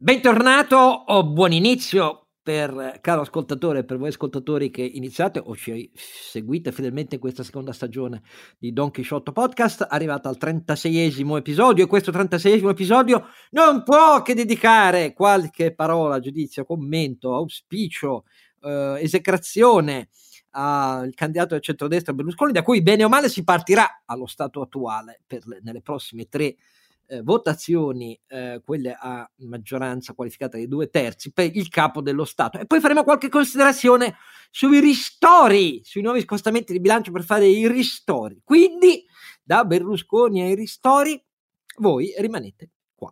Bentornato o buon inizio per caro ascoltatore, per voi ascoltatori che iniziate o ci seguite fedelmente in questa seconda stagione di Don Chisciotto Podcast, arrivata al 36esimo episodio, e questo 36esimo episodio non può che dedicare qualche parola, giudizio, commento, auspicio, esecrazione al candidato del centrodestra Berlusconi, da cui bene o male si partirà allo stato attuale nelle prossime tre votazioni, quelle a maggioranza qualificata di 2/3 per il capo dello Stato, e poi faremo qualche considerazione sui ristori, sui nuovi scostamenti di bilancio per fare i ristori. Quindi da Berlusconi ai ristori voi rimanete qua.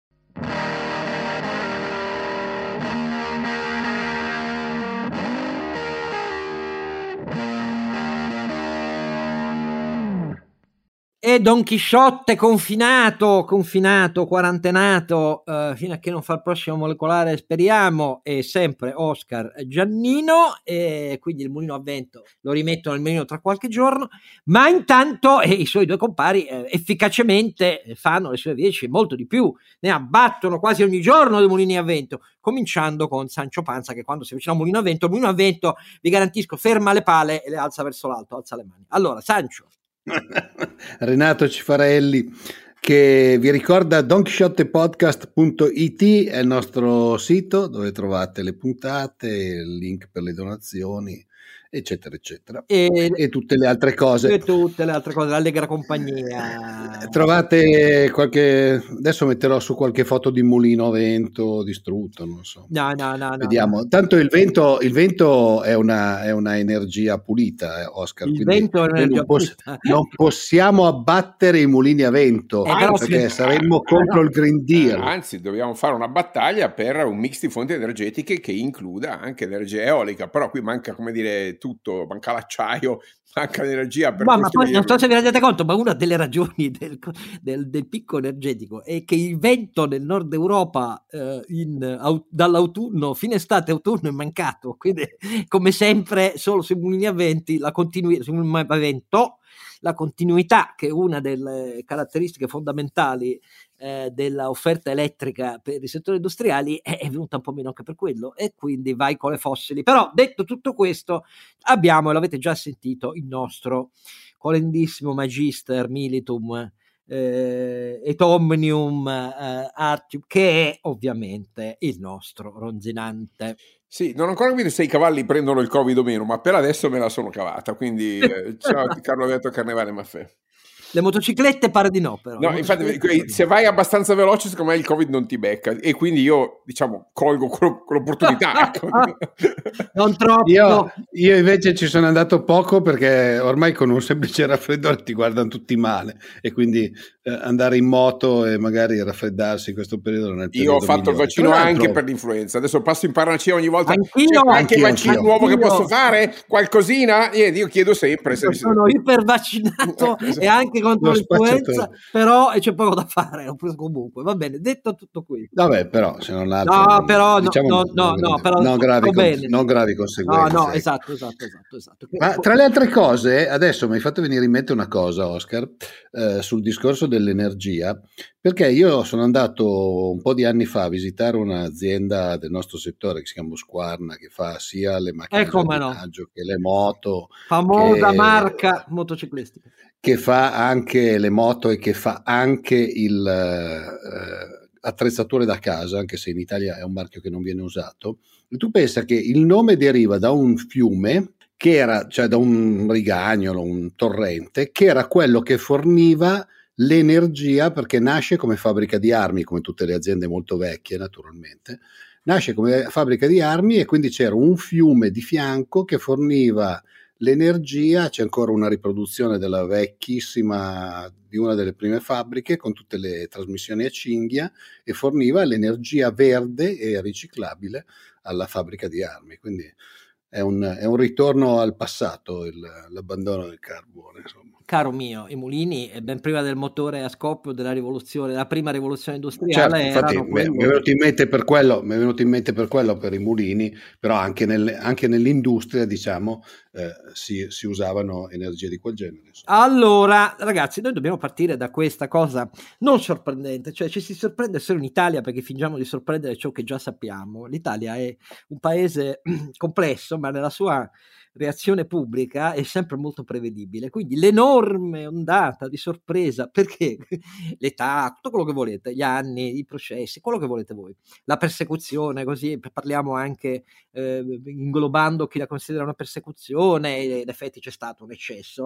E Don Chisciotte confinato, quarantenato, fino a che non fa il prossimo molecolare, speriamo, e sempre Oscar Giannino, e quindi il mulino a vento lo rimettono al mulino tra qualche giorno, ma intanto i suoi due compari efficacemente fanno le sue veci, molto di più, ne abbattono quasi ogni giorno dei mulini a vento, cominciando con Sancio Panza, che quando si avvicina a un mulino a vento, vi garantisco, ferma le pale e le alza verso l'alto, alza le mani. Allora, Sancio. Renato Cifarelli, che vi ricorda donchisciottepodcast.it è il nostro sito dove trovate le puntate, il link per le donazioni, eccetera eccetera, e tutte le altre cose, l'allegra compagnia. Trovate adesso metterò su qualche foto di mulino a vento distrutto, non so, no, vediamo. Tanto il vento è una energia pulita, Oscar, il vento è un'energia pulita. Non possiamo abbattere i mulini a vento, perché saremmo contro il Green Deal. Anzi, dobbiamo fare una battaglia per un mix di fonti energetiche che includa anche energia eolica, però qui manca, come dire, tutto, manca l'acciaio, manca l'energia per ma poi non so se vi rendete conto, ma una delle ragioni del picco energetico è che il vento nel nord Europa dall'autunno, fine estate, autunno, è mancato, quindi come sempre solo sui mulini a venti la continuità, che è una delle caratteristiche fondamentali della offerta elettrica per i settori industriali, è venuta un po' meno anche per quello, e quindi vai con le fossili. Però detto tutto questo, abbiamo, e l'avete già sentito, il nostro colendissimo magister militum et omnium artium, che è ovviamente il nostro Ronzinante. Sì, non ho ancora capito se i cavalli prendono il Covid o meno, ma per adesso me la sono cavata, quindi ciao Carlo Alberto Carnevale Maffè. Le motociclette pare di no, però. No, infatti, se vai abbastanza veloce, secondo me il Covid non ti becca, e quindi io, diciamo, colgo l'opportunità. Ecco. Non troppo. Io invece ci sono andato poco, perché ormai con un semplice raffreddore ti guardano tutti male, e quindi andare in moto e magari raffreddarsi in questo periodo non è il periodo Io ho fatto migliore. il vaccino anche per l'influenza, adesso passo in farmacia ogni volta. Anch'io, anche il vaccino nuovo che posso fare? Qualcosina? Io chiedo sempre. Sono ipervaccinato e anche contro l'influenza, però c'è poco da fare, ho preso comunque. Va bene, detto tutto qui. Vabbè, però se non altro, no, però diciamo, però non gravi conseguenze. No, esatto. Ma tra le altre cose, adesso mi hai fatto venire in mente una cosa, Oscar, sul discorso dell'energia, perché io sono andato un po' di anni fa a visitare un'azienda del nostro settore che si chiama Husqvarna, che fa sia le macchine di giardinaggio che le moto, famosa marca motociclistica, che fa anche le moto e che fa anche attrezzature da casa, anche se in Italia è un marchio che non viene usato. E tu pensa che il nome deriva da un fiume che era, cioè da un rigagnolo, un torrente, che era quello che forniva l'energia, perché nasce come fabbrica di armi, come tutte le aziende molto vecchie naturalmente, nasce come fabbrica di armi, e quindi c'era un fiume di fianco che forniva l'energia. C'è ancora una riproduzione della vecchissima, di una delle prime fabbriche, con tutte le trasmissioni a cinghia, e forniva l'energia verde e riciclabile alla fabbrica di armi. Quindi è un ritorno al passato l'abbandono del carbone, insomma. Caro mio, i mulini, ben prima del motore a scoppio della rivoluzione, la prima rivoluzione industriale, Certo, infatti erano mi è venuto in mente per quello, per i mulini, però anche nell'industria, diciamo, si usavano energie di quel genere. Allora, ragazzi, noi dobbiamo partire da questa cosa non sorprendente, cioè ci si sorprende solo in Italia perché fingiamo di sorprendere ciò che già sappiamo. L'Italia è un paese complesso, ma nella sua reazione pubblica è sempre molto prevedibile, quindi l'enorme ondata di sorpresa, perché l'età, tutto quello che volete, gli anni, i processi, quello che volete voi, la persecuzione, così parliamo anche inglobando chi la considera una persecuzione, e in effetti c'è stato un eccesso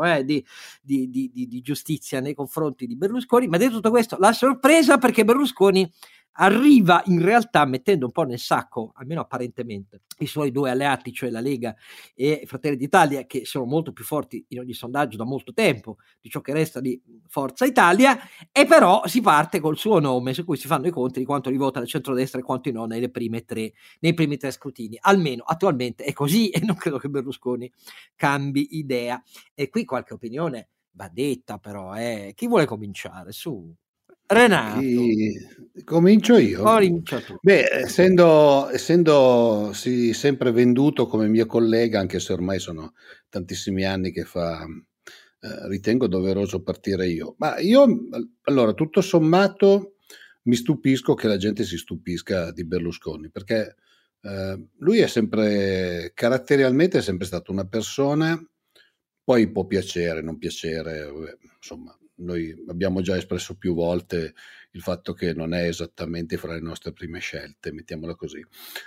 di giustizia nei confronti di Berlusconi, ma detto tutto questo, la sorpresa perché Berlusconi arriva in realtà mettendo un po' nel sacco, almeno apparentemente, i suoi due alleati, cioè la Lega e Fratelli d'Italia, che sono molto più forti in ogni sondaggio da molto tempo di ciò che resta di Forza Italia, e però si parte col suo nome su cui si fanno i conti di quanto li vota il centrodestra e quanto no nei primi tre scrutini. Almeno attualmente è così e non credo che Berlusconi cambi idea. E qui qualche opinione va detta, però, chi vuole cominciare? Su, Renato. Comincio io. Comincia tu. Beh, essendo sempre venduto come mio collega, anche se ormai sono tantissimi anni che fa, ritengo doveroso partire io. Ma io, allora, tutto sommato, mi stupisco che la gente si stupisca di Berlusconi, perché lui è sempre, caratterialmente, è sempre stato una persona, poi può piacere, non piacere, insomma, noi abbiamo già espresso più volte il fatto che non è esattamente fra le nostre prime scelte, mettiamola così.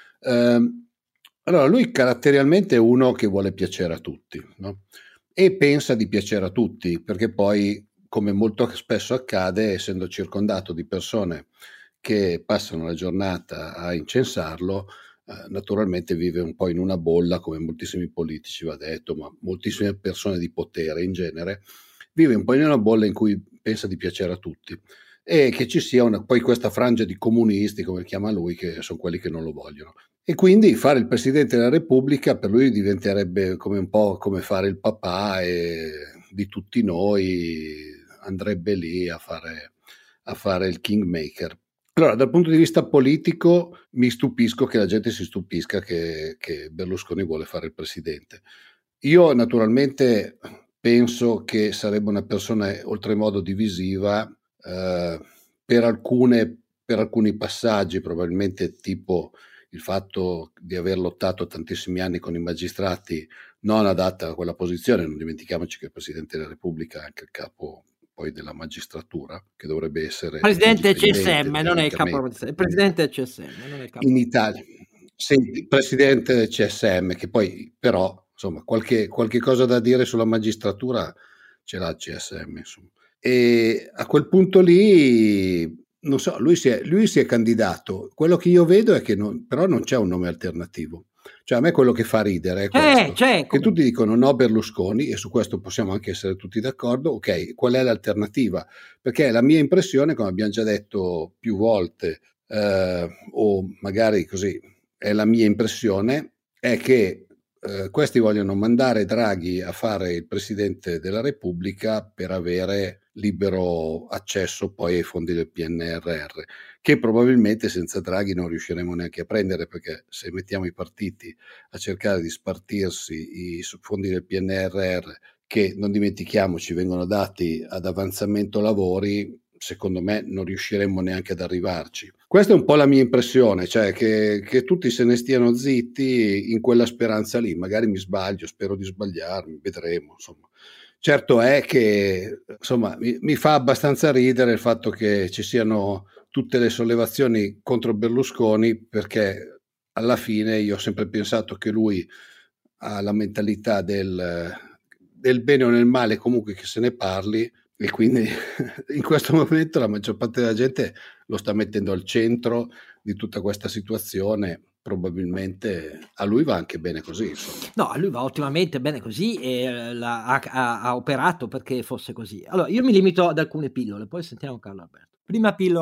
Allora, lui caratterialmente è uno che vuole piacere a tutti, no? E pensa di piacere a tutti, perché poi, come molto spesso accade, essendo circondato di persone che passano la giornata a incensarlo, naturalmente vive un po' in una bolla, come moltissimi politici, va detto, ma moltissime persone di potere in genere, vive un po' in una bolla in cui pensa di piacere a tutti e che ci sia poi questa frangia di comunisti, come chiama lui, che sono quelli che non lo vogliono. E quindi fare il Presidente della Repubblica per lui diventerebbe come un po' come fare il papà di tutti noi, andrebbe lì a fare il kingmaker. Allora, dal punto di vista politico, mi stupisco che la gente si stupisca che Berlusconi vuole fare il presidente. Io naturalmente penso che sarebbe una persona oltremodo divisiva per alcuni passaggi, probabilmente tipo il fatto di aver lottato tantissimi anni con i magistrati non adatta a quella posizione. Non dimentichiamoci che il Presidente della Repubblica è anche il capo poi della magistratura, che dovrebbe essere presidente CSM, non è il capo, il presidente CSM, non è il capo. In Italia, sì, il presidente del CSM, che poi però, insomma, qualche cosa da dire sulla magistratura ce l'ha il CSM, insomma. E a quel punto lì, non so, lui si è candidato. Quello che io vedo è che però non c'è un nome alternativo. Cioè, a me quello che fa ridere è questo, che tutti dicono no Berlusconi, e su questo possiamo anche essere tutti d'accordo. Ok, qual è l'alternativa? Perché la mia impressione, come abbiamo già detto più volte, o magari così è la mia impressione, è che questi vogliono mandare Draghi a fare il Presidente della Repubblica per avere libero accesso poi ai fondi del PNRR, che probabilmente senza Draghi non riusciremo neanche a prendere, perché se mettiamo i partiti a cercare di spartirsi i fondi del PNRR, che non dimentichiamoci vengono dati ad avanzamento lavori, secondo me non riusciremmo neanche ad arrivarci. Questa è un po' la mia impressione, cioè che tutti se ne stiano zitti in quella speranza lì. Magari mi sbaglio, spero di sbagliarmi, vedremo, insomma. Certo è che, insomma, mi fa abbastanza ridere il fatto che ci siano tutte le sollevazioni contro Berlusconi, perché alla fine io ho sempre pensato che lui ha la mentalità del bene o nel male, comunque che se ne parli, e quindi in questo momento la maggior parte della gente lo sta mettendo al centro di tutta questa situazione. Probabilmente a lui va anche bene così, insomma. No, a lui va ottimamente bene così e ha operato perché fosse così. Allora, io mi limito ad alcune pillole, poi sentiamo Carlo Alberto. Prima pillola,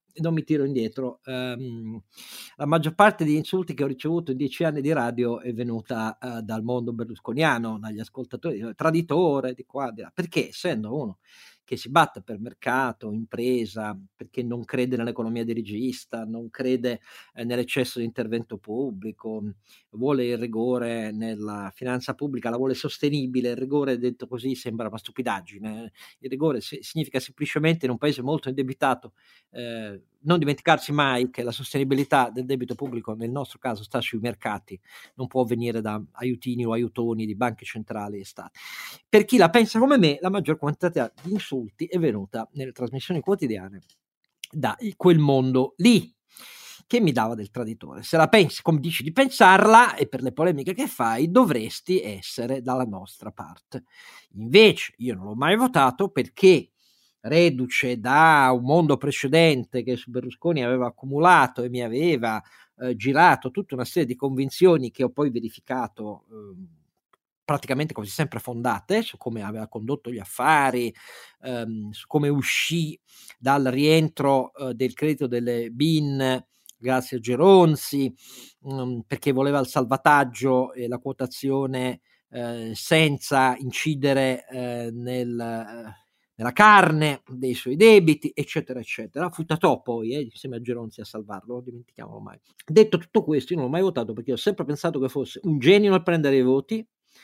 non mi tiro indietro. La maggior parte degli insulti che ho ricevuto in 10 anni di radio è venuta dal mondo berlusconiano, dagli ascoltatori, traditore, di qua, di là, perché essendo uno che si batte per mercato, impresa, perché non crede nell'economia dirigista, non crede nell'eccesso di intervento pubblico, vuole il rigore nella finanza pubblica, la vuole sostenibile. Il rigore, detto così, sembra una stupidaggine. Il rigore significa semplicemente, in un paese molto indebitato, non dimenticarsi mai che la sostenibilità del debito pubblico nel nostro caso sta sui mercati, non può venire da aiutini o aiutoni di banche centrali e stati. Per chi la pensa come me, la maggior quantità di insulti è venuta nelle trasmissioni quotidiane da quel mondo lì, che mi dava del traditore. Se la pensi come dici di pensarla, e per le polemiche che fai dovresti essere dalla nostra parte. Invece io non l'ho mai votato, perché reduce da un mondo precedente che su Berlusconi aveva accumulato e mi aveva girato tutta una serie di convinzioni che ho poi verificato praticamente quasi sempre fondate, su come aveva condotto gli affari, su come uscì dal rientro del credito delle BIN grazie a Geronzi, perché voleva il salvataggio e la quotazione senza incidere nella carne dei suoi debiti, eccetera, eccetera. Fu Totò poi, insieme a Geronzi, a salvarlo, non dimentichiamolo mai. Detto tutto questo, io non l'ho mai votato, perché ho sempre pensato che fosse un genio nel prendere i voti.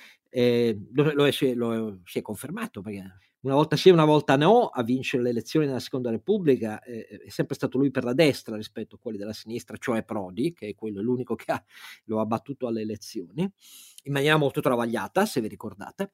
Si è confermato, perché una volta sì e una volta no a vincere le elezioni nella seconda Repubblica è sempre stato lui per la destra rispetto a quelli della sinistra, cioè Prodi, che è quello l'unico che lo ha battuto alle elezioni in maniera molto travagliata, se vi ricordate.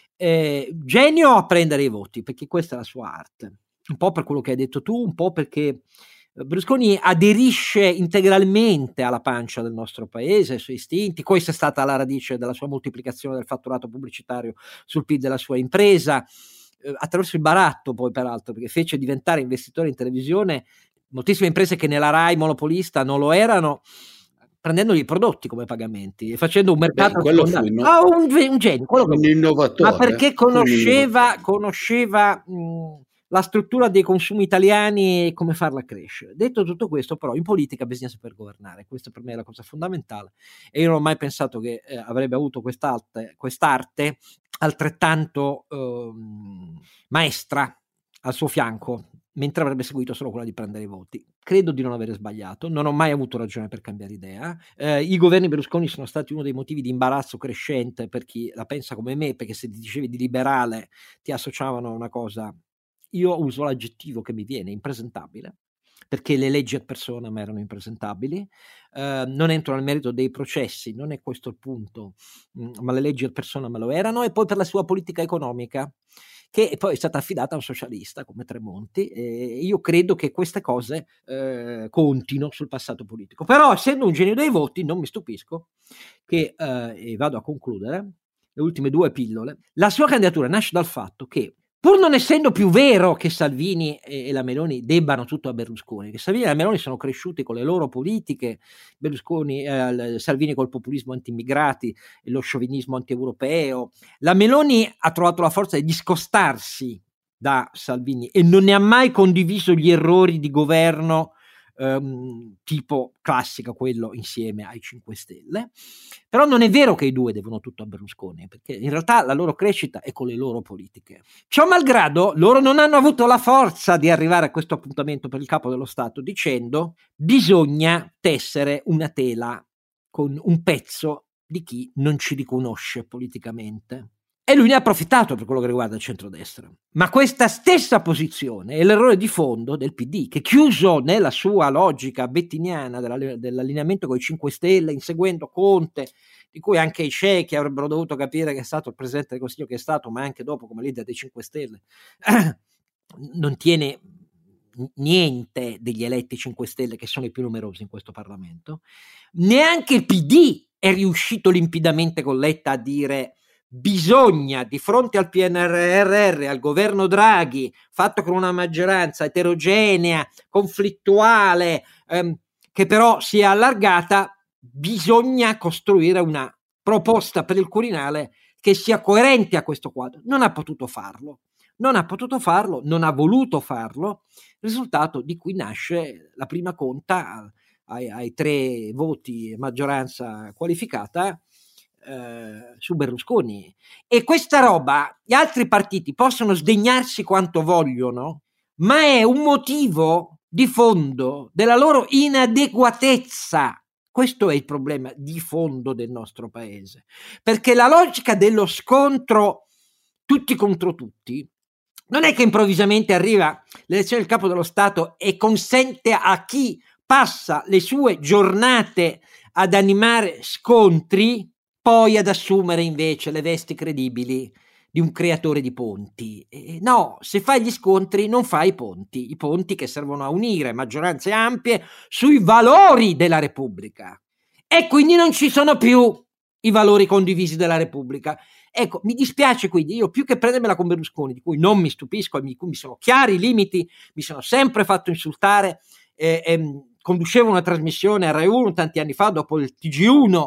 Genio a prendere i voti, perché questa è la sua arte, un po' per quello che hai detto tu, un po' perché Berlusconi aderisce integralmente alla pancia del nostro paese, ai suoi istinti. Questa è stata la radice della sua moltiplicazione del fatturato pubblicitario sul PIL della sua impresa, attraverso il baratto poi peraltro, perché fece diventare investitore in televisione moltissime imprese che nella Rai monopolista non lo erano, prendendogli i prodotti come pagamenti e facendo un mercato un genio, un innovatore, ma perché conosceva la struttura dei consumi italiani e come farla crescere. Detto tutto questo, però, in politica bisogna saper governare. Questa per me è la cosa fondamentale, e io non ho mai pensato che avrebbe avuto quest'arte altrettanto maestra al suo fianco, mentre avrebbe seguito solo quella di prendere i voti. Credo di non avere sbagliato, non ho mai avuto ragione per cambiare idea. I governi Berlusconi sono stati uno dei motivi di imbarazzo crescente per chi la pensa come me, perché se ti dicevi di liberale ti associavano a una cosa, io uso l'aggettivo che mi viene, impresentabile, perché le leggi ad personam erano impresentabili. Non entro nel merito dei processi, non è questo il punto, ma le leggi ad personam lo erano. E poi per la sua politica economica, che poi è stata affidata a un socialista come Tremonti, e io credo che queste cose contino sul passato politico. Però, essendo un genio dei voti, non mi stupisco che, e vado a concludere, le ultime due pillole, la sua candidatura nasce dal fatto che, pur non essendo più vero che Salvini e la Meloni debbano tutto a Berlusconi, che Salvini e la Meloni sono cresciuti con le loro politiche, Salvini col populismo anti-immigrati e lo sciovinismo anti-europeo, la Meloni ha trovato la forza di discostarsi da Salvini e non ne ha mai condiviso gli errori di governo, tipo classica, quello insieme ai 5 Stelle. Però non è vero che i due devono tutto a Berlusconi, perché in realtà la loro crescita è con le loro politiche. Ciò malgrado, loro non hanno avuto la forza di arrivare a questo appuntamento per il capo dello Stato dicendo: bisogna tessere una tela con un pezzo di chi non ci riconosce politicamente. E lui ne ha approfittato per quello che riguarda il centrodestra. Ma questa stessa posizione è l'errore di fondo del PD, che, chiuso nella sua logica bettiniana dell'allineamento con i 5 Stelle, inseguendo Conte, di cui anche i ciechi avrebbero dovuto capire che è stato il presidente del Consiglio che è stato, ma anche dopo come leader dei 5 Stelle, non tiene niente degli eletti 5 Stelle, che sono i più numerosi in questo Parlamento. Neanche il PD è riuscito limpidamente con Letta a dire: bisogna, di fronte al PNRR, al governo Draghi, fatto con una maggioranza eterogenea, conflittuale, che però si è allargata, bisogna costruire una proposta per il Quirinale che sia coerente a questo quadro. Non ha potuto farlo, non ha voluto farlo, risultato di cui nasce la prima conta ai 3 voti maggioranza qualificata su Berlusconi. E questa roba gli altri partiti possono sdegnarsi quanto vogliono, ma è un motivo di fondo della loro inadeguatezza. Questo è il problema di fondo del nostro paese, perché la logica dello scontro tutti contro tutti non è che improvvisamente arriva l'elezione del capo dello Stato e consente a chi passa le sue giornate ad animare scontri poi ad assumere invece le vesti credibili di un creatore di ponti. No, se fai gli scontri non fai i ponti che servono a unire maggioranze ampie sui valori della Repubblica. E quindi non ci sono più i valori condivisi della Repubblica. Ecco, mi dispiace quindi, io più che prendermela con Berlusconi, di cui non mi stupisco, di cui mi sono chiari i limiti, mi sono sempre fatto insultare, conducevo una trasmissione a Rai 1 tanti anni fa dopo il TG1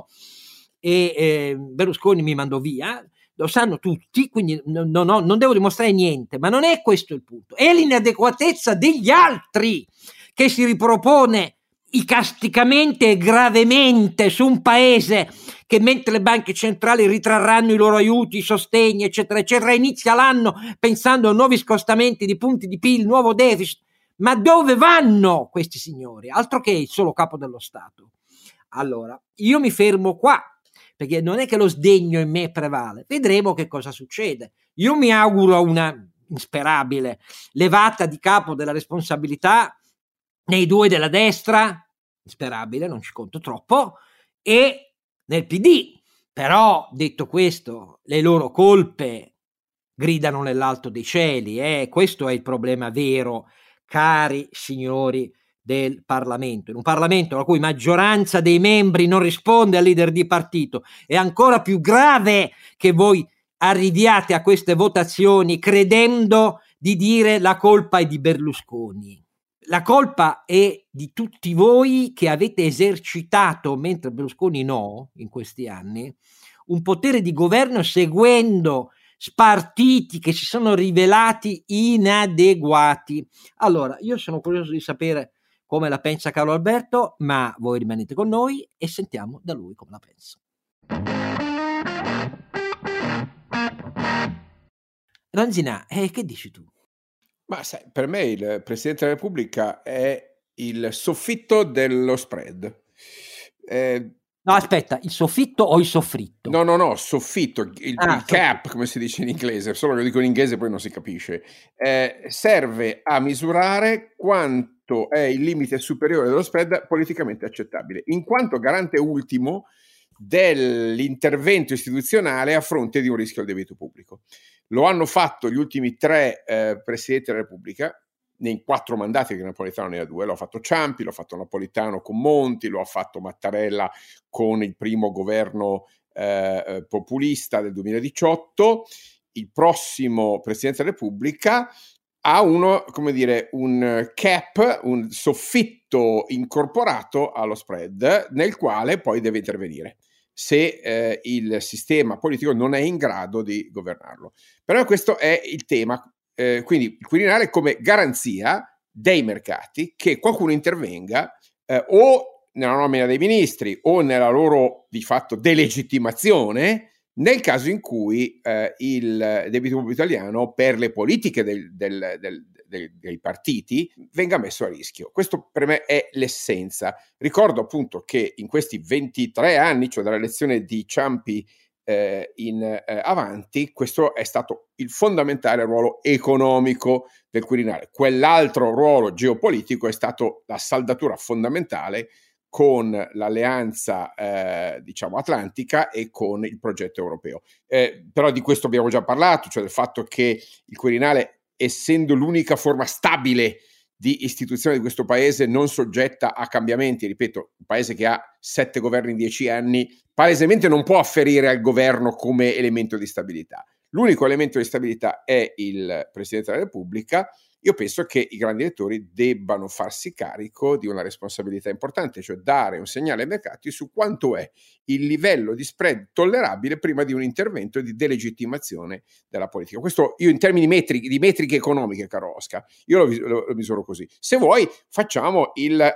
e Berlusconi mi mandò via, lo sanno tutti, quindi non devo dimostrare niente, ma non è questo il punto, è l'inadeguatezza degli altri che si ripropone icasticamente e gravemente su un paese che, mentre le banche centrali ritrarranno i loro aiuti, i sostegni eccetera eccetera, inizia l'anno pensando a nuovi scostamenti di punti di PIL, nuovo deficit. Ma dove vanno questi signori? Altro che il solo capo dello Stato. Allora, io mi fermo qua, perché non è che lo sdegno in me prevale, vedremo che cosa succede. Io mi auguro una insperabile levata di capo della responsabilità nei 2 della destra, insperabile, non ci conto troppo, e nel PD. Però, detto questo, le loro colpe gridano nell'alto dei cieli, questo è il problema vero, cari signori del Parlamento. In un Parlamento la cui maggioranza dei membri non risponde al leader di partito, è ancora più grave che voi arriviate a queste votazioni credendo di dire la colpa è di Berlusconi. La colpa è di tutti voi che avete esercitato, mentre Berlusconi no, in questi anni, un potere di governo seguendo spartiti che si sono rivelati inadeguati. Allora, io sono curioso di sapere come la pensa Carlo Alberto, ma voi rimanete con noi e sentiamo da lui come la pensa. Ranzina, che dici tu? Ma sai, per me il Presidente della Repubblica è il soffitto dello spread. No, aspetta, il soffitto o il soffritto? No, soffitto, il cap, come si dice in inglese, solo che lo dico in inglese poi non si capisce. Serve a misurare quanto è il limite superiore dello spread politicamente accettabile, in quanto garante ultimo dell'intervento istituzionale a fronte di un rischio al debito pubblico. Lo hanno fatto gli ultimi 3 Presidenti della Repubblica, nei 4 mandati, che Napolitano ne ha 2, lo ha fatto Ciampi, lo ha fatto Napolitano con Monti, lo ha fatto Mattarella con il primo governo populista del 2018. Il prossimo Presidente della Repubblica ha un cap, un soffitto incorporato allo spread, nel quale poi deve intervenire se il sistema politico non è in grado di governarlo. Però questo è il tema. Quindi il Quirinale come garanzia dei mercati che qualcuno intervenga o nella nomina dei ministri o nella loro di fatto delegittimazione nel caso in cui il debito pubblico italiano, per le politiche dei partiti, venga messo a rischio. Questo per me è l'essenza. Ricordo appunto che in questi 23 anni, cioè dall'elezione di Ciampi in avanti, questo è stato il fondamentale ruolo economico del Quirinale. Quell'altro ruolo geopolitico è stato la saldatura fondamentale con l'alleanza atlantica e con il progetto europeo. Però di questo abbiamo già parlato, cioè del fatto che il Quirinale, essendo l'unica forma stabile di istituzione di questo paese, non soggetta a cambiamenti, ripeto, un paese che ha 7 governi in 10 anni, palesemente non può afferire al governo come elemento di stabilità. L'unico elemento di stabilità è il Presidente della Repubblica, io penso che i grandi elettori debbano farsi carico di una responsabilità importante, cioè dare un segnale ai mercati su quanto è il livello di spread tollerabile prima di un intervento di delegittimazione della politica. Questo io in termini di metriche economiche, caro Oscar, io lo misuro così. Se vuoi facciamo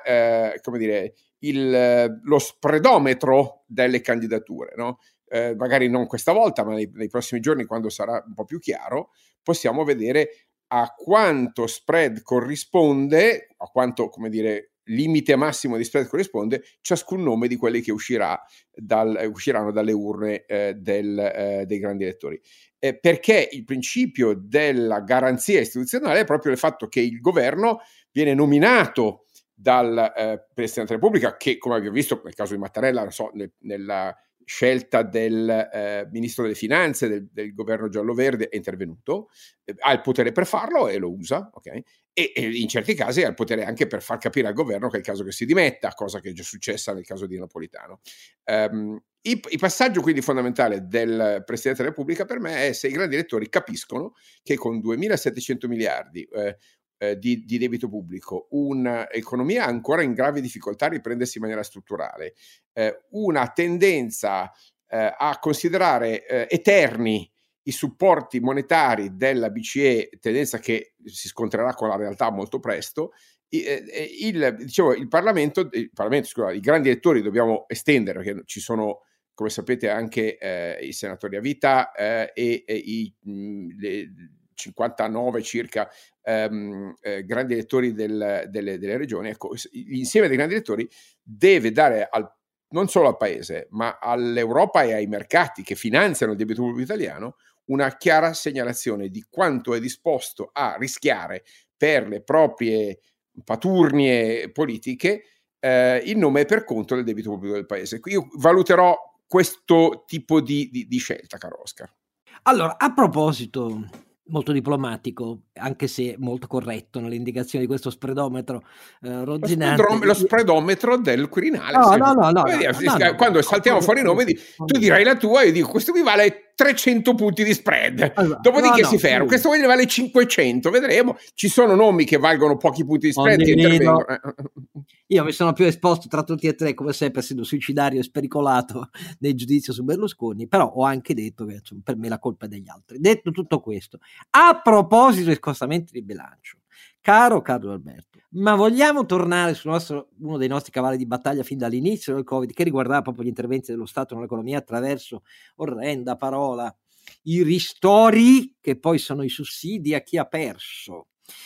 lo spreadometro delle candidature, no? Magari non questa volta, ma nei prossimi giorni, quando sarà un po' più chiaro, possiamo vedere a quanto spread corrisponde, a quanto, come dire, limite massimo di spread corrisponde ciascun nome di quelli che usciranno dalle urne dei grandi elettori. Perché il principio della garanzia istituzionale è proprio il fatto che il governo viene nominato dal Presidente della Repubblica, che, come abbiamo visto nel caso di Mattarella, non so, nella scelta del ministro delle finanze del governo giallo-verde, è intervenuto, ha il potere per farlo e lo usa, ok? E in certi casi ha il potere anche per far capire al governo che è il caso che si dimetta, cosa che è già successa nel caso di Napolitano. Il passaggio quindi fondamentale del Presidente della Repubblica per me è se i grandi elettori capiscono che con 2.700 miliardi di debito pubblico, un'economia ancora in gravi difficoltà a riprendersi in maniera strutturale, una tendenza a considerare eterni i supporti monetari della BCE, tendenza che si scontrerà con la realtà molto presto. I grandi elettori dobbiamo estendere, perché ci sono, come sapete, anche i senatori a vita e i 59 circa grandi elettori delle regioni. Ecco, l'insieme dei grandi elettori deve dare non solo al Paese, ma all'Europa e ai mercati che finanziano il debito pubblico italiano una chiara segnalazione di quanto è disposto a rischiare per le proprie paturnie politiche in nome e per conto del debito pubblico del Paese. Qui io valuterò questo tipo di scelta, caro Oscar. Allora, a proposito, molto diplomatico, anche se molto corretto nelle indicazioni di questo spreadometro rozzinante. Lo spreadometro del Quirinale. No, quando saltiamo fuori i nomi, tu dirai la tua, io dico questo qui vale 300 punti di spread, dopodiché si ferma, questo qui ne vale 500, vedremo, ci sono nomi che valgono pochi punti di spread che intervengono. Io mi sono più esposto tra tutti e tre, come sempre, essendo suicidario e spericolato nel giudizio su Berlusconi, però ho anche detto che per me la colpa è degli altri. Detto tutto questo, a proposito di scostamenti di bilancio, caro Carlo Alberto, ma vogliamo tornare su uno dei nostri cavalli di battaglia fin dall'inizio del Covid, che riguardava proprio gli interventi dello Stato nell'economia attraverso, orrenda parola, i ristori, che poi sono i sussidi a chi ha perso.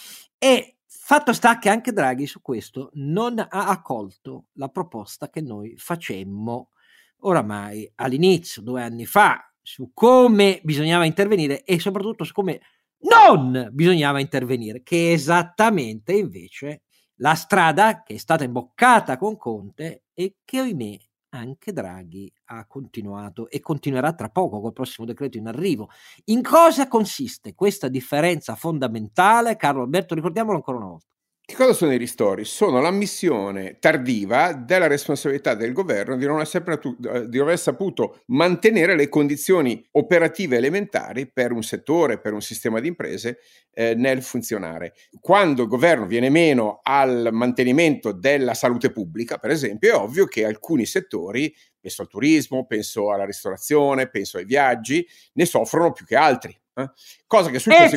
E fatto sta che anche Draghi su questo non ha accolto la proposta che noi facemmo oramai all'inizio, 2 anni fa, su come bisognava intervenire e soprattutto su come non bisognava intervenire, che è esattamente invece la strada che è stata imboccata con Conte e che, ahimè, anche Draghi ha continuato e continuerà tra poco col prossimo decreto in arrivo. In cosa consiste questa differenza fondamentale? Carlo Alberto, ricordiamolo ancora una volta. Che cosa sono i ristori? Sono l'ammissione tardiva della responsabilità del governo di non aver saputo mantenere le condizioni operative elementari per un settore, per un sistema di imprese nel funzionare. Quando il governo viene meno al mantenimento della salute pubblica, per esempio, è ovvio che alcuni settori, penso al turismo, penso alla ristorazione, penso ai viaggi, ne soffrono più che altri. Cosa che è successa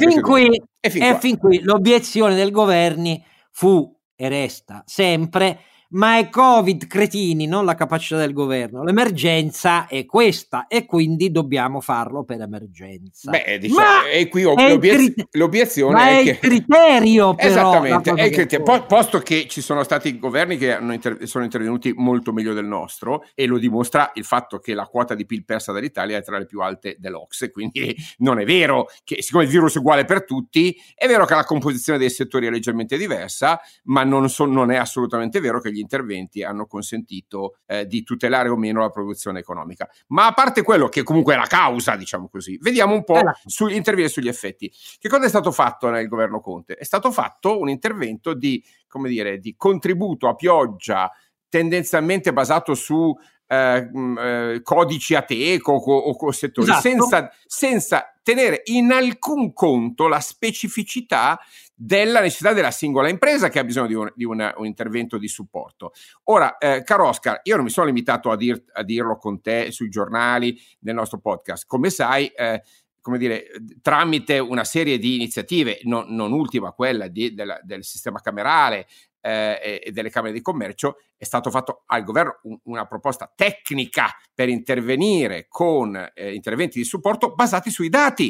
fin qui l'obiezione del governo fu e resta sempre: ma è Covid, cretini, non la capacità del governo. L'emergenza è questa e quindi dobbiamo farlo per emergenza. E qui l'obiezione è che il criterio, però, esattamente, è il criterio. Posto che ci sono stati governi che sono intervenuti molto meglio del nostro, e lo dimostra il fatto che la quota di PIL persa dall'Italia è tra le più alte dell'OCSE, quindi non è vero che, siccome il virus è uguale per tutti, è vero che la composizione dei settori è leggermente diversa, ma non è assolutamente vero che gli interventi hanno consentito di tutelare o meno la produzione economica. Ma a parte quello che comunque è la causa, diciamo così, vediamo un po' sugli interventi e sugli effetti. Che cosa è stato fatto nel governo Conte? È stato fatto un intervento di contributo a pioggia, tendenzialmente basato su codici Ateco o settori, senza tenere in alcun conto la specificità della necessità della singola impresa che ha bisogno di un intervento di supporto. Ora, caro Oscar, io non mi sono limitato a dirlo con te sui giornali, nel nostro podcast. Come sai, come dire, tramite una serie di iniziative, non ultima quella del sistema camerale e delle Camere di Commercio, è stato fatto al governo una proposta tecnica per intervenire con interventi di supporto basati sui dati.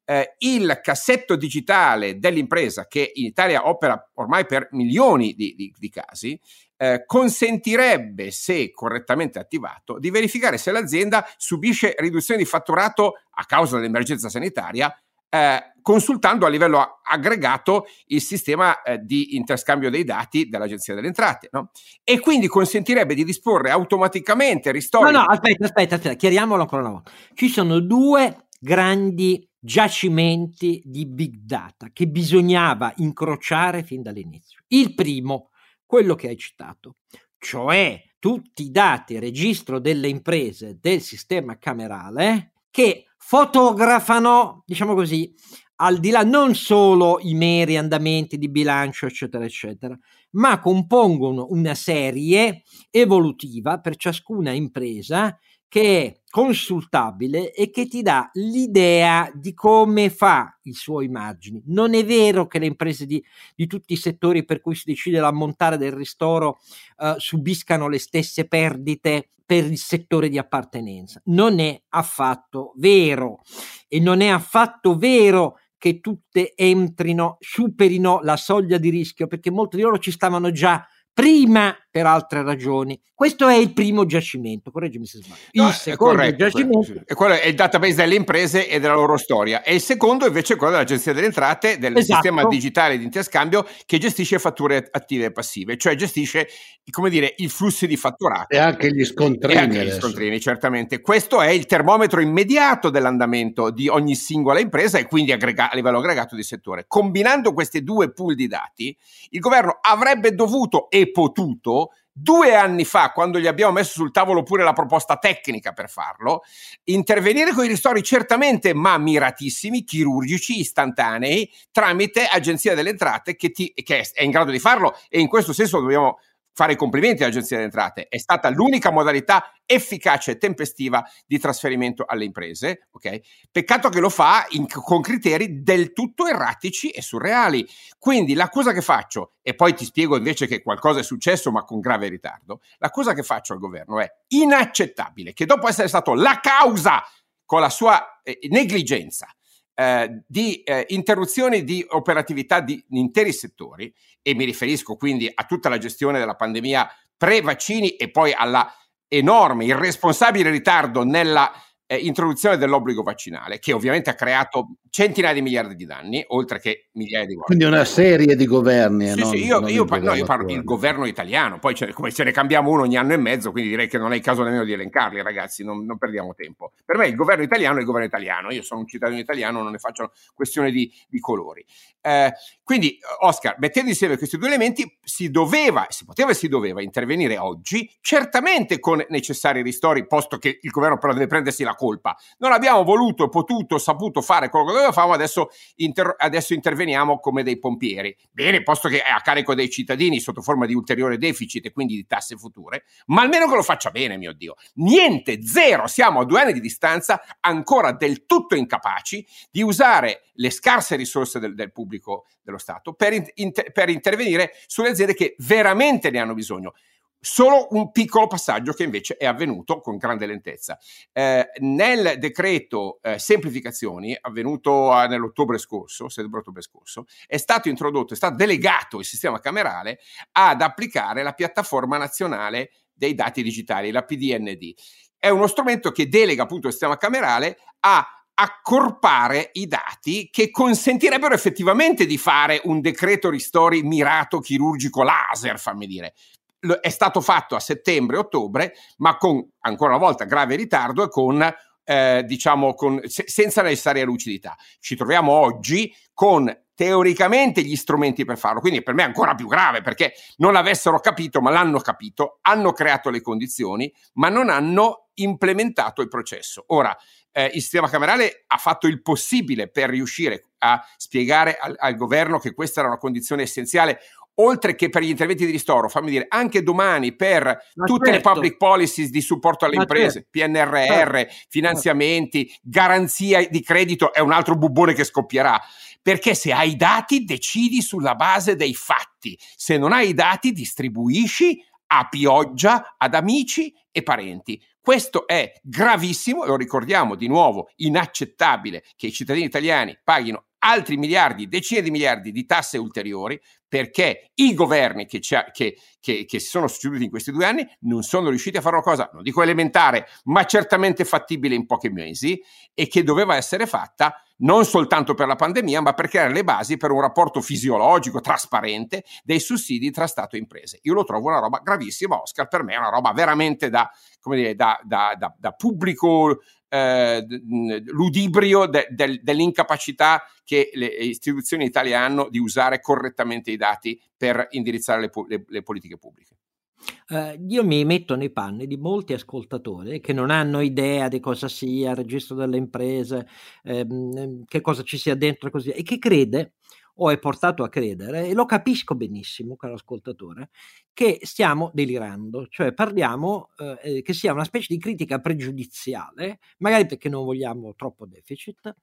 Il cassetto digitale dell'impresa, che in Italia opera ormai per milioni di casi, consentirebbe, se correttamente attivato, di verificare se l'azienda subisce riduzione di fatturato a causa dell'emergenza sanitaria, consultando a livello aggregato il sistema di interscambio dei dati dell'Agenzia delle Entrate, no? E quindi consentirebbe di disporre automaticamente ristori. No, aspetta, chiariamolo ancora una volta. Ci sono due grandi giacimenti di big data che bisognava incrociare fin dall'inizio. Il primo, quello che hai citato, cioè tutti i dati registro delle imprese del sistema camerale che fotografano, diciamo così, al di là non solo i meri andamenti di bilancio, eccetera, eccetera, ma compongono una serie evolutiva per ciascuna impresa che è consultabile e che ti dà l'idea di come fa i suoi margini. Non è vero che le imprese di tutti i settori per cui si decide l'ammontare del ristoro subiscano le stesse perdite per il settore di appartenenza. Non è affatto vero, e non è affatto vero che tutte superino la soglia di rischio, perché molti di loro ci stavano già prima per altre ragioni. Questo è il primo giacimento, correggimi se sbaglio. Il secondo giacimento quello è il database delle imprese e della loro storia, e il secondo invece è quello dell'Agenzia delle Entrate, del sistema digitale di interscambio che gestisce fatture attive e passive, cioè gestisce, come dire, i flussi di fatturato e anche gli scontrini. Certamente. Questo è il termometro immediato dell'andamento di ogni singola impresa e quindi a livello aggregato di settore. Combinando questi due pool di dati, il governo avrebbe dovuto e potuto 2 anni fa, quando gli abbiamo messo sul tavolo pure la proposta tecnica per farlo, intervenire con i ristori certamente ma miratissimi, chirurgici, istantanei, tramite Agenzia delle Entrate che è in grado di farlo, e in questo senso dobbiamo fare i complimenti all'Agenzia delle Entrate. È stata l'unica modalità efficace e tempestiva di trasferimento alle imprese, ok? Peccato che lo fa con criteri del tutto erratici e surreali. Quindi l'accusa che faccio, e poi ti spiego invece che qualcosa è successo ma con grave ritardo, l'accusa che faccio al governo è inaccettabile che dopo essere stato la causa con la sua negligenza di interruzioni di operatività di interi settori, e mi riferisco quindi a tutta la gestione della pandemia pre-vaccini e poi alla enorme, irresponsabile ritardo nella introduzione dell'obbligo vaccinale, che ovviamente ha creato centinaia di miliardi di danni, oltre che migliaia di morti. Quindi una serie di governi. Io parlo il governo italiano, poi come ce ne cambiamo uno ogni anno e mezzo, quindi direi che non è il caso nemmeno di elencarli, ragazzi, non perdiamo tempo. Per me il governo italiano è il governo italiano, io sono un cittadino italiano, non ne faccio questione di colori. Quindi, Oscar, mettendo insieme questi due elementi, si poteva e si doveva intervenire oggi, certamente con necessari ristori, posto che il governo però deve prendersi la colpa. Non abbiamo voluto, potuto, saputo fare quello che doveva fare, adesso interveniamo come dei pompieri. Bene, posto che è a carico dei cittadini sotto forma di ulteriore deficit e quindi di tasse future, ma almeno che lo faccia bene, mio Dio. Niente, zero, siamo a 2 anni di distanza, ancora del tutto incapaci di usare le scarse risorse del pubblico dello Stato per intervenire sulle aziende che veramente ne hanno bisogno. Solo un piccolo passaggio che invece è avvenuto con grande lentezza. Nel decreto semplificazioni, avvenuto nell'ottobre scorso, settembre-ottobre scorso, è stato delegato il sistema camerale ad applicare la piattaforma nazionale dei dati digitali, la PDND. È uno strumento che delega appunto il sistema camerale a accorpare i dati che consentirebbero effettivamente di fare un decreto ristori mirato, chirurgico, laser, fammi dire. È stato fatto a settembre-ottobre, ma con, ancora una volta, grave ritardo e senza necessaria lucidità. Ci troviamo oggi con teoricamente gli strumenti per farlo, quindi per me è ancora più grave, perché non l'avessero capito, ma l'hanno capito, hanno creato le condizioni, ma non hanno implementato il processo. Ora, il sistema camerale ha fatto il possibile per riuscire a spiegare al governo che questa era una condizione essenziale, oltre che per gli interventi di ristoro, fammi dire, anche domani per tutte le public policies di supporto alle imprese, PNRR, finanziamenti, garanzia di credito, è un altro bubbone che scoppierà, perché se hai i dati decidi sulla base dei fatti, se non hai i dati distribuisci a pioggia ad amici e parenti. Questo è gravissimo, lo ricordiamo di nuovo, inaccettabile che i cittadini italiani paghino altri miliardi, decine di miliardi di tasse ulteriori, perché i governi che si sono succeduti in questi 2 anni non sono riusciti a fare una cosa, non dico elementare, ma certamente fattibile in pochi mesi, e che doveva essere fatta non soltanto per la pandemia, ma per creare le basi per un rapporto fisiologico, trasparente, dei sussidi tra Stato e imprese. Io lo trovo una roba gravissima, Oscar, per me è una roba veramente da pubblico ludibrio dell'incapacità che le istituzioni italiane hanno di usare correttamente i dati per indirizzare le politiche pubbliche. Io mi metto nei panni di molti ascoltatori che non hanno idea di cosa sia il registro delle imprese, che cosa ci sia dentro e così, e che crede, o è portato a credere, e lo capisco benissimo, caro ascoltatore, che stiamo delirando, cioè parliamo che sia una specie di critica pregiudiziale, magari perché non vogliamo troppo deficit,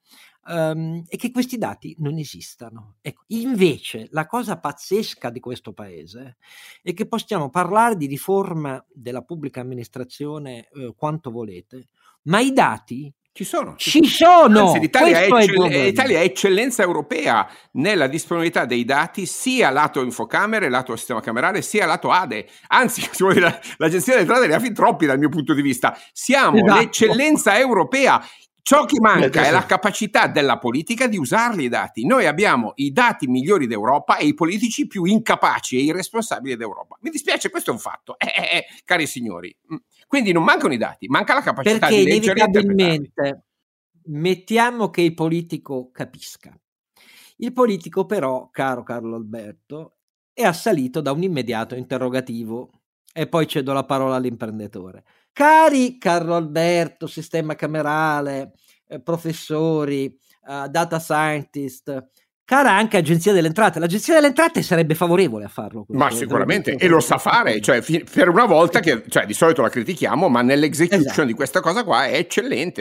e che questi dati non esistano. Ecco, invece la cosa pazzesca di questo paese è che possiamo parlare di riforma della pubblica amministrazione quanto volete, ma i dati ci sono. Anzi, l'Italia è eccellenza europea nella disponibilità dei dati, sia lato infocamere, lato sistema camerale, sia lato ADE. Anzi, l'Agenzia delle Entrate ne ha fin troppi dal mio punto di vista. Siamo l'eccellenza europea. Ciò che manca è la capacità della politica di usarli i dati. Noi abbiamo i dati migliori d'Europa e i politici più incapaci e irresponsabili d'Europa. Mi dispiace, questo è un fatto, cari signori. Quindi non mancano i dati, manca la capacità perché di leggere e inevitabilmente mettiamo che il politico capisca. Il politico però, caro Carlo Alberto, è assalito da un immediato interrogativo, e poi cedo la parola all'imprenditore. Cari Carlo Alberto, sistema camerale, professori, data scientist, cara anche Agenzia delle Entrate, l'Agenzia delle Entrate sarebbe favorevole a farlo. Ma sicuramente, e lo sa fare, cioè per una volta che, cioè di solito la critichiamo, ma nell'execution di questa cosa qua è eccellente.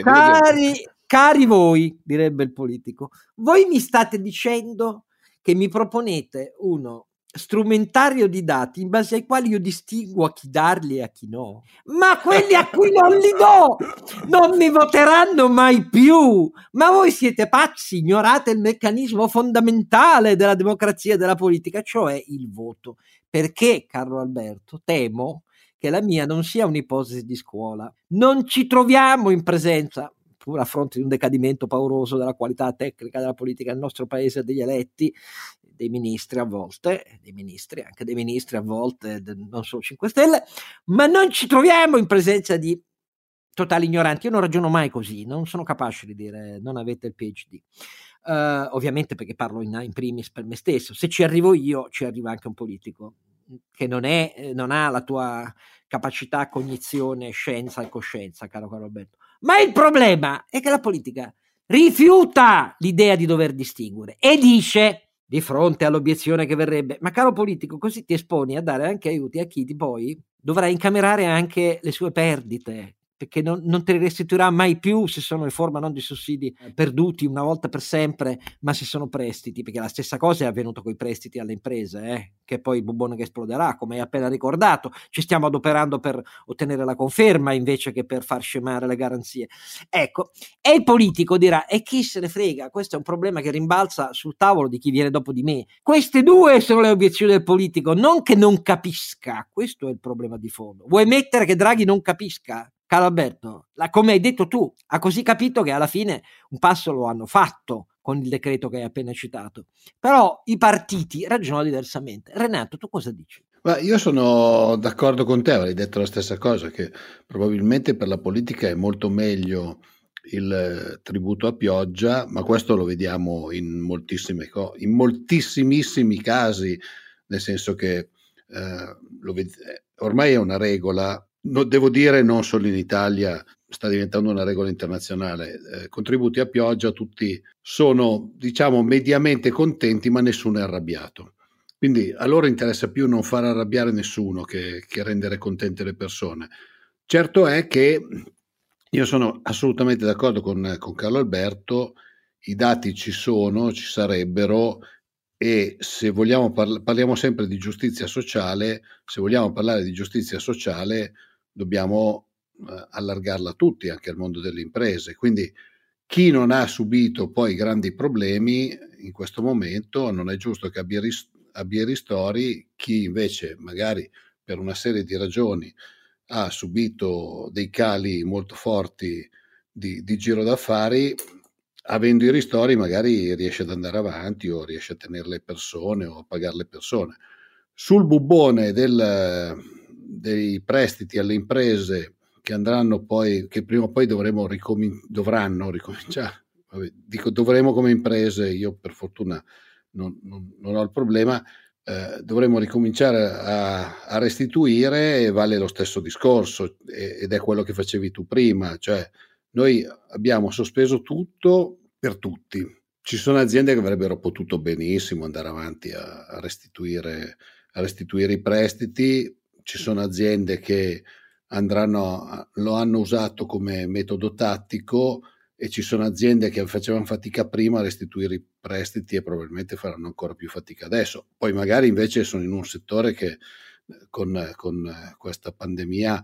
Cari voi, direbbe il politico, voi mi state dicendo che mi proponete uno strumentario di dati in base ai quali io distinguo a chi darli e a chi no, ma quelli a cui non li do non mi voteranno mai più. Ma voi siete pazzi, ignorate il meccanismo fondamentale della democrazia e della politica, cioè il voto. Perché, Carlo Alberto, temo che la mia non sia un'ipotesi di scuola. Non ci troviamo in presenza, pur a fronte di un decadimento pauroso della qualità tecnica della politica nel nostro paese, degli eletti, dei ministri a volte, anche dei ministri a volte, non solo 5 Stelle, ma non ci troviamo in presenza di totali ignoranti. Io non ragiono mai così, non sono capace di dire non avete il PhD. Ovviamente perché parlo in primis per me stesso. Se ci arrivo io, ci arriva anche un politico che non ha la tua capacità, cognizione, scienza e coscienza, caro Alberto. Ma il problema è che la politica rifiuta l'idea di dover distinguere e dice, di fronte all'obiezione che verrebbe, ma caro politico, così ti esponi a dare anche aiuti a chi poi dovrà incamerare anche le sue perdite, perché non te li restituirà mai più se sono in forma non di sussidi perduti una volta per sempre, ma se sono prestiti, perché la stessa cosa è avvenuto con i prestiti alle imprese, che poi il bubbone che esploderà, come hai appena ricordato. Ci stiamo adoperando per ottenere la conferma invece che per far scemare le garanzie. Ecco, e il politico dirà, e chi se ne frega, questo è un problema che rimbalza sul tavolo di chi viene dopo di me. Queste due sono le obiezioni del politico, non che non capisca, questo è il problema di fondo. Vuoi mettere che Draghi non capisca? Caro Alberto, come hai detto tu, ha così capito che alla fine un passo lo hanno fatto con il decreto che hai appena citato. Però i partiti ragionano diversamente. Renato, tu cosa dici? Ma io sono d'accordo con te, avrei detto la stessa cosa, che probabilmente per la politica è molto meglio il tributo a pioggia, ma questo lo vediamo in moltissimissimi casi, nel senso che ormai è una regola devo dire, non solo in Italia, sta diventando una regola internazionale. Contributi a pioggia, tutti sono, diciamo, mediamente contenti, ma nessuno è arrabbiato. Quindi a loro interessa più non far arrabbiare nessuno che rendere contente le persone. Certo è che io sono assolutamente d'accordo con Carlo Alberto, i dati ci sono, ci sarebbero, e se vogliamo parliamo sempre di giustizia sociale, se vogliamo parlare di giustizia sociale dobbiamo allargarla a tutti, anche al mondo delle imprese. Quindi chi non ha subito poi grandi problemi in questo momento non è giusto che abbia ristori, chi invece magari per una serie di ragioni ha subito dei cali molto forti di giro d'affari, avendo i ristori magari riesce ad andare avanti o riesce a tenere le persone o a pagare le persone. Sul bubbone dei prestiti alle imprese che andranno poi, che prima o poi dovranno ricominciare, dico dovremo come imprese, io per fortuna non ho il problema, dovremo ricominciare a restituire, e vale lo stesso discorso, ed è quello che facevi tu prima, cioè noi abbiamo sospeso tutto per tutti. Ci sono aziende che avrebbero potuto benissimo andare avanti a restituire i prestiti, ci sono aziende che lo hanno usato come metodo tattico, e ci sono aziende che facevano fatica prima a restituire i prestiti e probabilmente faranno ancora più fatica adesso. Poi magari invece sono in un settore che con questa pandemia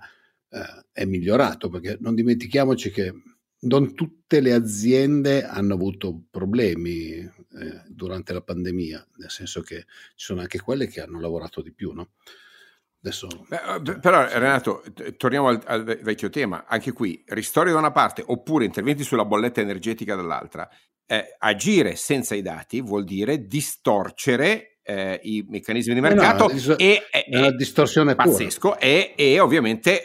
è migliorato, perché non dimentichiamoci che non tutte le aziende hanno avuto problemi durante la pandemia, nel senso che ci sono anche quelle che hanno lavorato di più, no? Adesso, però Renato, torniamo al vecchio tema, anche qui ristori da una parte oppure interventi sulla bolletta energetica dall'altra. Agire senza i dati vuol dire distorcere i meccanismi di mercato, è una distorsione pazzesco, e ovviamente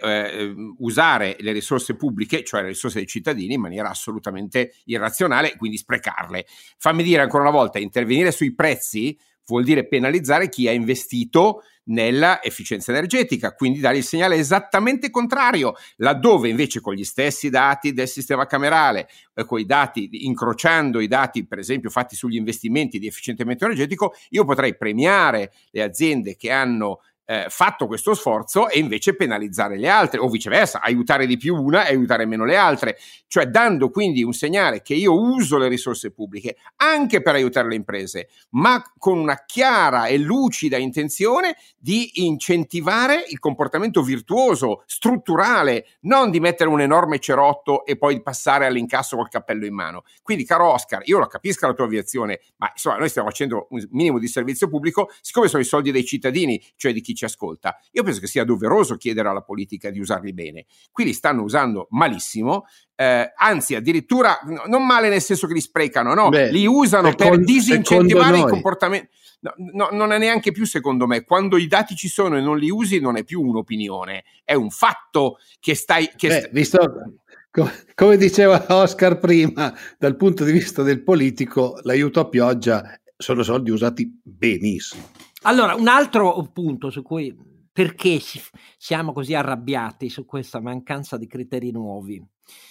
usare le risorse pubbliche, cioè le risorse dei cittadini, in maniera assolutamente irrazionale, quindi sprecarle. Fammi dire ancora una volta, intervenire sui prezzi vuol dire penalizzare chi ha investito nella efficienza energetica, quindi dare il segnale esattamente contrario, laddove invece con gli stessi dati del sistema camerale, con i dati, incrociando i dati per esempio fatti sugli investimenti di efficientamento energetico, io potrei premiare le aziende che hanno fatto questo sforzo e invece penalizzare le altre, o viceversa, aiutare di più una e aiutare meno le altre, cioè dando quindi un segnale che io uso le risorse pubbliche anche per aiutare le imprese, ma con una chiara e lucida intenzione di incentivare il comportamento virtuoso, strutturale, non di mettere un enorme cerotto e poi passare all'incasso col cappello in mano. Quindi, caro Oscar, io lo capisco la tua obiezione, ma insomma noi stiamo facendo un minimo di servizio pubblico, siccome sono i soldi dei cittadini, cioè di chi ci ascolta. Io penso che sia doveroso chiedere alla politica di usarli bene. Qui li stanno usando malissimo, anzi addirittura non male nel senso che li sprecano, no, li usano per disincentivare i comportamenti. No, non è neanche più secondo me. Quando i dati ci sono e non li usi non è più un'opinione, è un fatto che visto, come diceva Oscar prima, dal punto di vista del politico l'aiuto a pioggia sono soldi usati benissimo. Allora, un altro punto su cui perché siamo così arrabbiati su questa mancanza di criteri nuovi.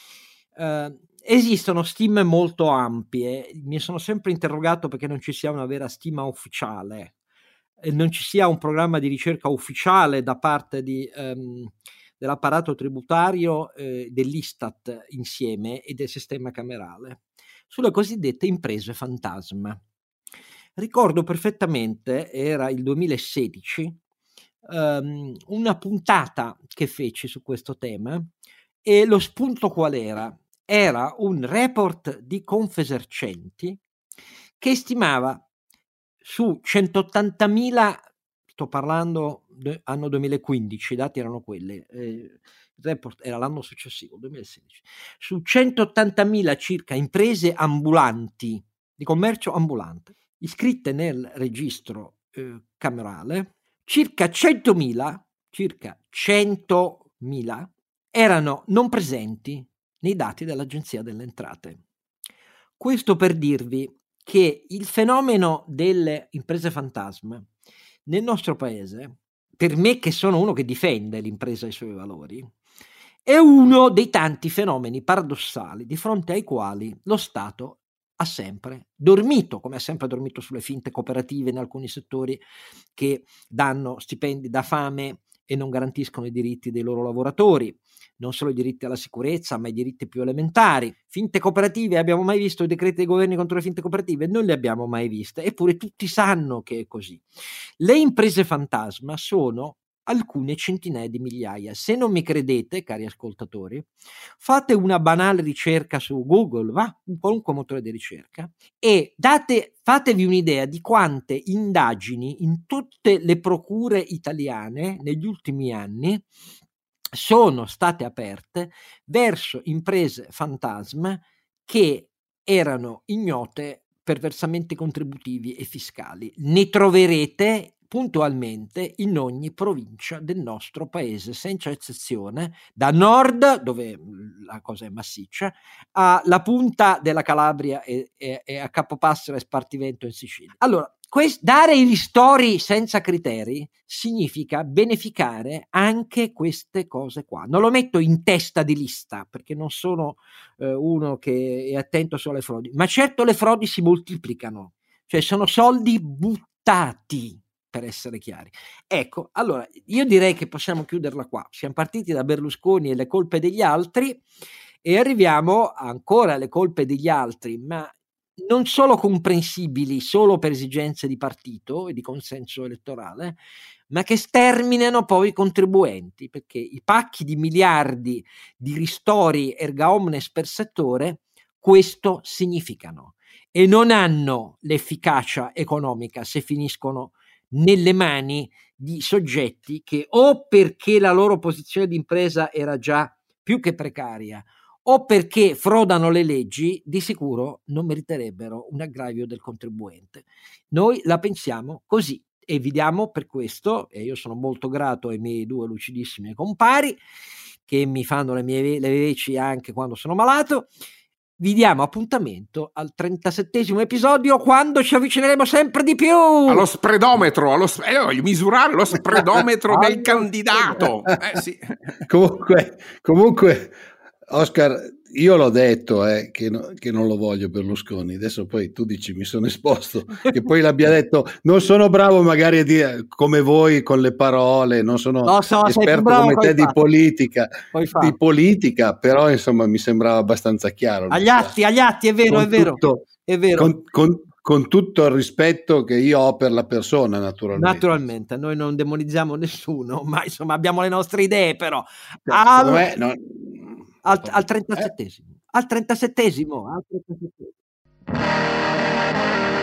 Esistono stime molto ampie, mi sono sempre interrogato perché non ci sia una vera stima ufficiale, non ci sia un programma di ricerca ufficiale da parte dell'apparato tributario, dell'Istat insieme e del sistema camerale, sulle cosiddette imprese fantasma. Ricordo perfettamente, era il 2016, una puntata che feci su questo tema, e lo spunto qual era? Era un report di Confesercenti che stimava su 180.000, sto parlando anno 2015, i dati erano quelli, il report era l'anno successivo, 2016, su 180.000 circa imprese ambulanti, di commercio ambulante, iscritte nel registro camerale, circa 100.000 erano non presenti nei dati dell'Agenzia delle Entrate. Questo per dirvi che il fenomeno delle imprese fantasma nel nostro paese per me che sono uno che difende l'impresa e i suoi valori, è uno dei tanti fenomeni paradossali di fronte ai quali lo Stato ha sempre dormito, come ha sempre dormito sulle finte cooperative in alcuni settori che danno stipendi da fame e non garantiscono i diritti dei loro lavoratori, non solo i diritti alla sicurezza, ma i diritti più elementari. Finte cooperative, abbiamo mai visto i decreti dei governi contro le finte cooperative? Non le abbiamo mai viste, eppure tutti sanno che è così. Le imprese fantasma sono alcune centinaia di migliaia. Se non mi credete, cari ascoltatori, fate una banale ricerca su Google, un qualunque motore di ricerca, e fatevi un'idea di quante indagini in tutte le procure italiane negli ultimi anni sono state aperte verso imprese fantasma che erano ignote per versamenti contributivi e fiscali. Ne troverete puntualmente in ogni provincia del nostro paese, senza eccezione, da nord, dove la cosa è massiccia, alla punta della Calabria e a Capopassero e Spartivento in Sicilia. Allora, dare i ristori senza criteri significa beneficare anche queste cose qua. Non lo metto in testa di lista perché non sono uno che è attento solo alle frodi, ma certo le frodi si moltiplicano, cioè sono soldi buttati, per essere chiari. Ecco, allora io direi che possiamo chiuderla qua. Siamo partiti da Berlusconi e le colpe degli altri e arriviamo ancora alle colpe degli altri, ma non solo comprensibili solo per esigenze di partito e di consenso elettorale, ma che sterminano poi i contribuenti, perché i pacchi di miliardi di ristori erga omnes per settore questo significano e non hanno l'efficacia economica se finiscono nelle mani di soggetti che o perché la loro posizione di impresa era già più che precaria o perché frodano le leggi, di sicuro non meriterebbero un aggravio del contribuente. Noi la pensiamo così e vi diamo per questo, e io sono molto grato ai miei due lucidissimi compari che mi fanno le veci anche quando sono malato, vi diamo appuntamento al 37esimo episodio, quando ci avvicineremo sempre di più allo spredometro, voglio misurare lo spredometro del candidato. Sì. Comunque Oscar, io l'ho detto che non lo voglio Berlusconi, adesso poi tu dici mi sono esposto, che poi l'abbia detto, non sono bravo magari a dire come voi con le parole, non sono esperto come te di politica, però insomma mi sembrava abbastanza chiaro. Agli atti, è vero, è vero. Con tutto il rispetto che io ho per la persona, naturalmente. Noi non demonizziamo nessuno, ma insomma abbiamo le nostre idee, però. Al 37esimo.